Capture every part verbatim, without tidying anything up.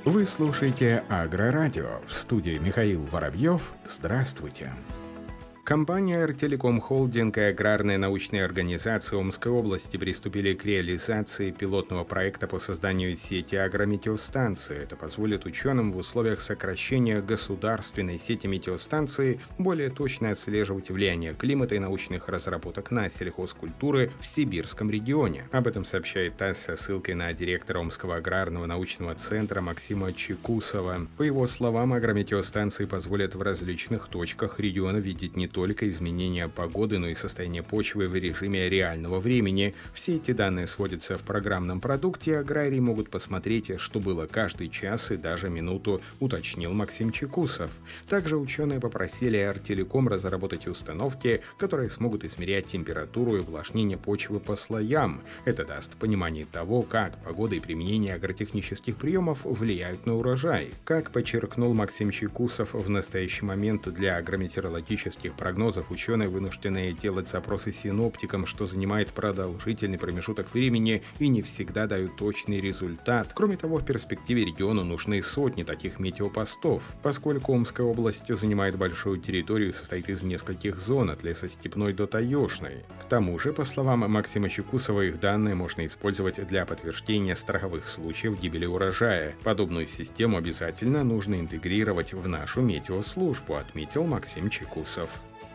Вы слушаете Агрорадио. В студии Михаил Воробьев. Здравствуйте. Компания «Артелеком Холдинг» и аграрные научные организации Омской области приступили к реализации пилотного проекта по созданию сети агрометеостанций. Это позволит ученым в условиях сокращения государственной сети метеостанций более точно отслеживать влияние климата и научных разработок на сельхозкультуры в Сибирском регионе. Об этом сообщает ТАСС со ссылкой на директора Омского аграрного научного центра Максима Чекусова. По его словам, агрометеостанции позволят в различных точках региона видеть не только изменения погоды, но и состояние почвы в режиме реального времени. Все эти данные сводятся в программном продукте, и аграрии могут посмотреть, что было каждый час и даже минуту, уточнил Максим Чекусов. Также ученые попросили Артелеком разработать установки, которые смогут измерять температуру и увлажнение почвы по слоям. Это даст понимание того, как погода и применение агротехнических приемов влияют на урожай. Как подчеркнул Максим Чекусов, в настоящий момент для агрометеорологических прогнозов ученые вынуждены делать запросы синоптикам, что занимает продолжительный промежуток времени и не всегда дают точный результат. Кроме того, в перспективе региону нужны сотни таких метеопостов. Поскольку Омская область занимает большую территорию и состоит из нескольких зон, от лесостепной до таежной. К тому же, по словам Максима Чекусова, их данные можно использовать для подтверждения страховых случаев гибели урожая. Подобную систему обязательно нужно интегрировать в нашу метеослужбу, отметил Максим Чекусов.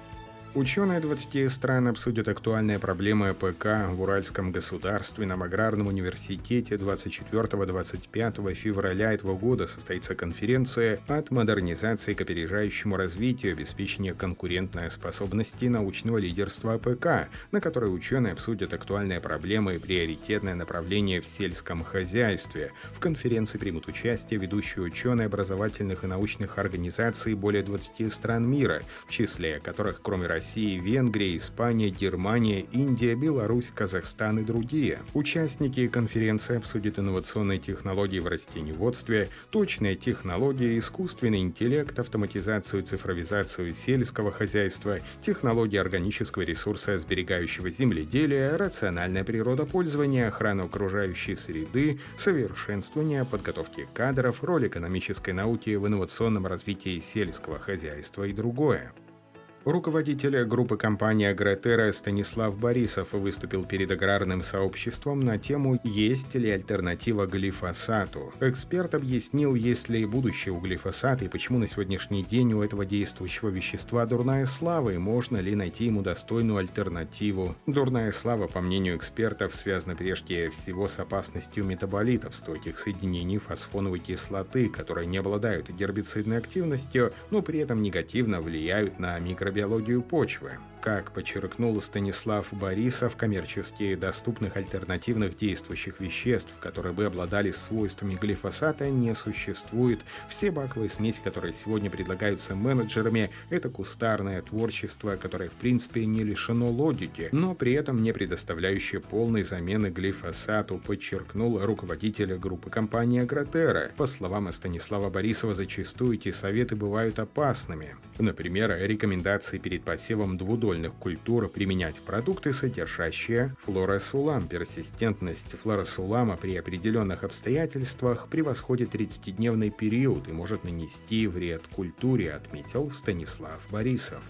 Ученые двадцати стран обсудят актуальные проблемы ПК в Уральском государственном аграрном университете. двадцать четвёртого — двадцать пятого февраля этого года состоится конференция «От модернизации к опережающему развитию, обеспечения конкурентной способности научного лидерства ПК», на которой ученые обсудят актуальные проблемы и приоритетное направление в сельском хозяйстве. В конференции примут участие ведущие ученые образовательных и научных организаций более двадцати стран мира, в числе которых, кроме России, Россия, Венгрия, Испания, Германия, Индия, Беларусь, Казахстан и другие. Участники конференции обсудят инновационные технологии в растениеводстве, точные технологии, искусственный интеллект, автоматизацию и цифровизацию сельского хозяйства, технологии органического ресурса сберегающего земледелия, рациональное природопользование, охрану окружающей среды, совершенствование подготовки кадров, роль экономической науки в инновационном развитии сельского хозяйства и другое. Руководитель группы компании «Агротерра» Станислав Борисов выступил перед аграрным сообществом на тему «Есть ли альтернатива глифосату?». Эксперт объяснил, есть ли будущее у глифосата и почему на сегодняшний день у этого действующего вещества дурная слава и можно ли найти ему достойную альтернативу. Дурная слава, по мнению экспертов, связана прежде всего с опасностью метаболитов, стойких соединений фосфоновой кислоты, которые не обладают гербицидной активностью, но при этом негативно влияют на микробиологию биологию почвы. Как подчеркнул Станислав Борисов, коммерчески доступных альтернативных действующих веществ, которые бы обладали свойствами глифосата, не существует. Все баковые смеси, которые сегодня предлагаются менеджерами, это кустарное творчество, которое в принципе не лишено логики, но при этом не предоставляющее полной замены глифосату, подчеркнул руководитель группы компании «Агротерра». По словам Станислава Борисова, зачастую эти советы бывают опасными. Например, рекомендации перед посевом двудольных культур применять продукты, содержащие флоросулам. Персистентность флоросулама при определенных обстоятельствах превосходит тридцатидневный период и может нанести вред культуре, отметил Станислав Борисов.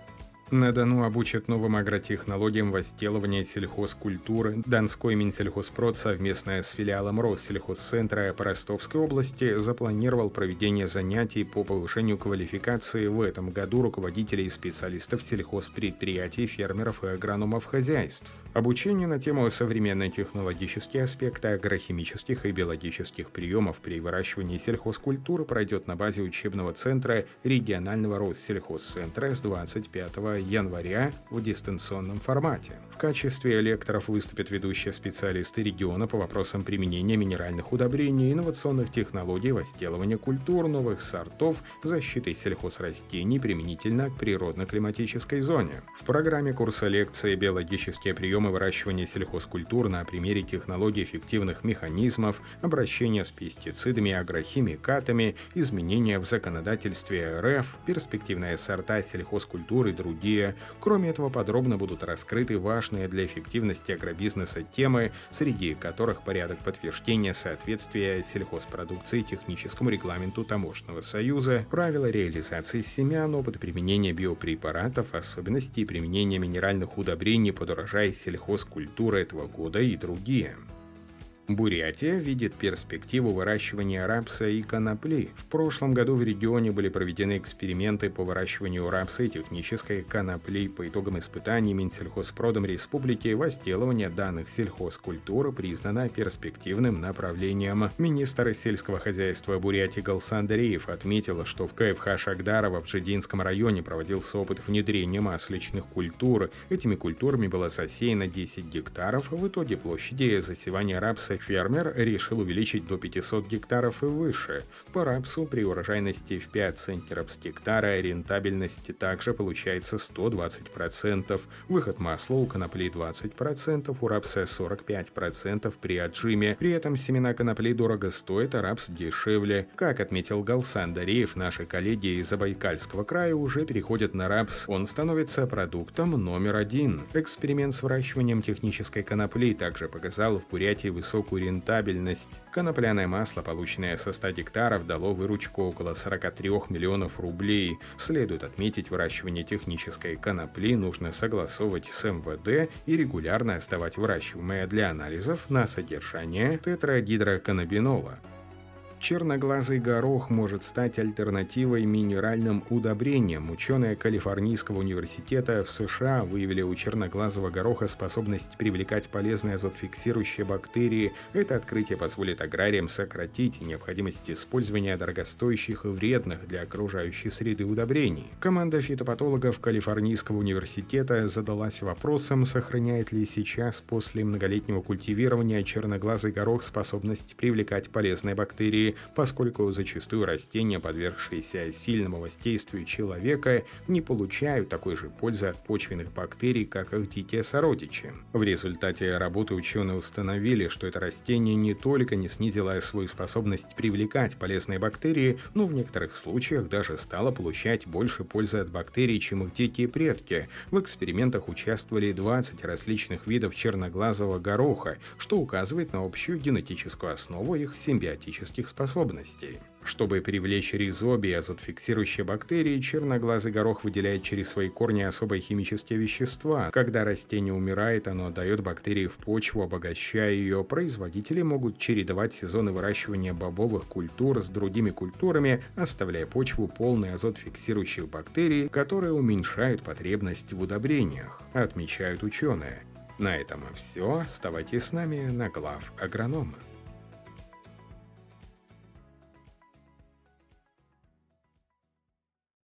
На Дону обучат новым агротехнологиям возделывания сельхозкультуры. Донской Минсельхозпрод совместно с филиалом Россельхозцентра по Ростовской области запланировал проведение занятий по повышению квалификации в этом году руководителей и специалистов сельхозпредприятий, фермеров и агрономов хозяйств. Обучение на тему современные технологические аспекты агрохимических и биологических приемов при выращивании сельхозкультуры пройдет на базе учебного центра регионального Россельхозцентра с двадцать пятого января в дистанционном формате. В качестве лекторов выступят ведущие специалисты региона по вопросам применения минеральных удобрений, инновационных технологий возделывания культур, новых сортов, защиты сельхозрастений применительно к природно-климатической зоне. В программе курса лекции «Биологические приемы системы выращивания сельхозкультур на примере технологий эффективных механизмов, обращения с пестицидами и агрохимикатами, изменения в законодательстве РФ, перспективные сорта сельхозкультур и другие. Кроме этого, подробно будут раскрыты важные для эффективности агробизнеса темы, среди которых порядок подтверждения соответствия сельхозпродукции техническому регламенту Таможенного союза, правила реализации семян, опыт применения биопрепаратов, особенности применения минеральных удобрений под урожай сельхозкультуры этого года и другие. Бурятия видит перспективу выращивания рапса и конопли. В прошлом году в регионе были проведены эксперименты по выращиванию рапса и технической конопли. По итогам испытаний Минсельхозпродом Республики возделывание данных сельхозкультур признано перспективным направлением. Министр сельского хозяйства Бурятии Галсан Андареев отметил, что в КФХ Шагдарово в Бжединском районе проводился опыт внедрения масличных культур. Этими культурами было засеяно десять гектаров. В итоге площади засевания рапса фермер решил увеличить до пятисот гектаров и выше. По рапсу при урожайности в пять центнеров с гектара рентабельности также получается сто двадцать процентов. Выход масла у конопли двадцать процентов, у рапса сорок пять процентов при отжиме. При этом семена конопли дорого стоят, а рапс дешевле. Как отметил Галсан Андареев, наши коллеги из Забайкальского края уже переходят на рапс. Он становится продуктом номер один. Эксперимент с выращиванием технической конопли также показал в Бурятии высокую рентабельность. Конопляное масло, полученное со ста гектаров, дало выручку около сорока трёх миллионов рублей. Следует отметить, выращивание технической конопли нужно согласовывать с эм вэ дэ и регулярно сдавать выращиваемое для анализов на содержание тетрагидроканнабинола. Черноглазый горох может стать альтернативой минеральным удобрениям. Ученые Калифорнийского университета в США выявили у черноглазого гороха способность привлекать полезные азотфиксирующие бактерии. Это открытие позволит аграриям сократить необходимость использования дорогостоящих и вредных для окружающей среды удобрений. Команда фитопатологов Калифорнийского университета задалась вопросом, сохраняет ли сейчас после многолетнего культивирования черноглазый горох способность привлекать полезные бактерии, поскольку зачастую растения, подвергшиеся сильному воздействию человека, не получают такой же пользы от почвенных бактерий, как их дикие сородичи. В результате работы ученые установили, что это растение не только не снизило свою способность привлекать полезные бактерии, но в некоторых случаях даже стало получать больше пользы от бактерий, чем их дикие предки. В экспериментах участвовали двадцать различных видов черноглазого гороха, что указывает на общую генетическую основу их симбиотических способностей. Чтобы привлечь ризоби и азотфиксирующие бактерии, черноглазый горох выделяет через свои корни особые химические вещества. Когда растение умирает, оно отдает бактерии в почву, обогащая ее. Производители могут чередовать сезоны выращивания бобовых культур с другими культурами, оставляя почву полной азотфиксирующих бактерий, которые уменьшают потребность в удобрениях, отмечают ученые. На этом все. Оставайтесь с нами на Глав агронома.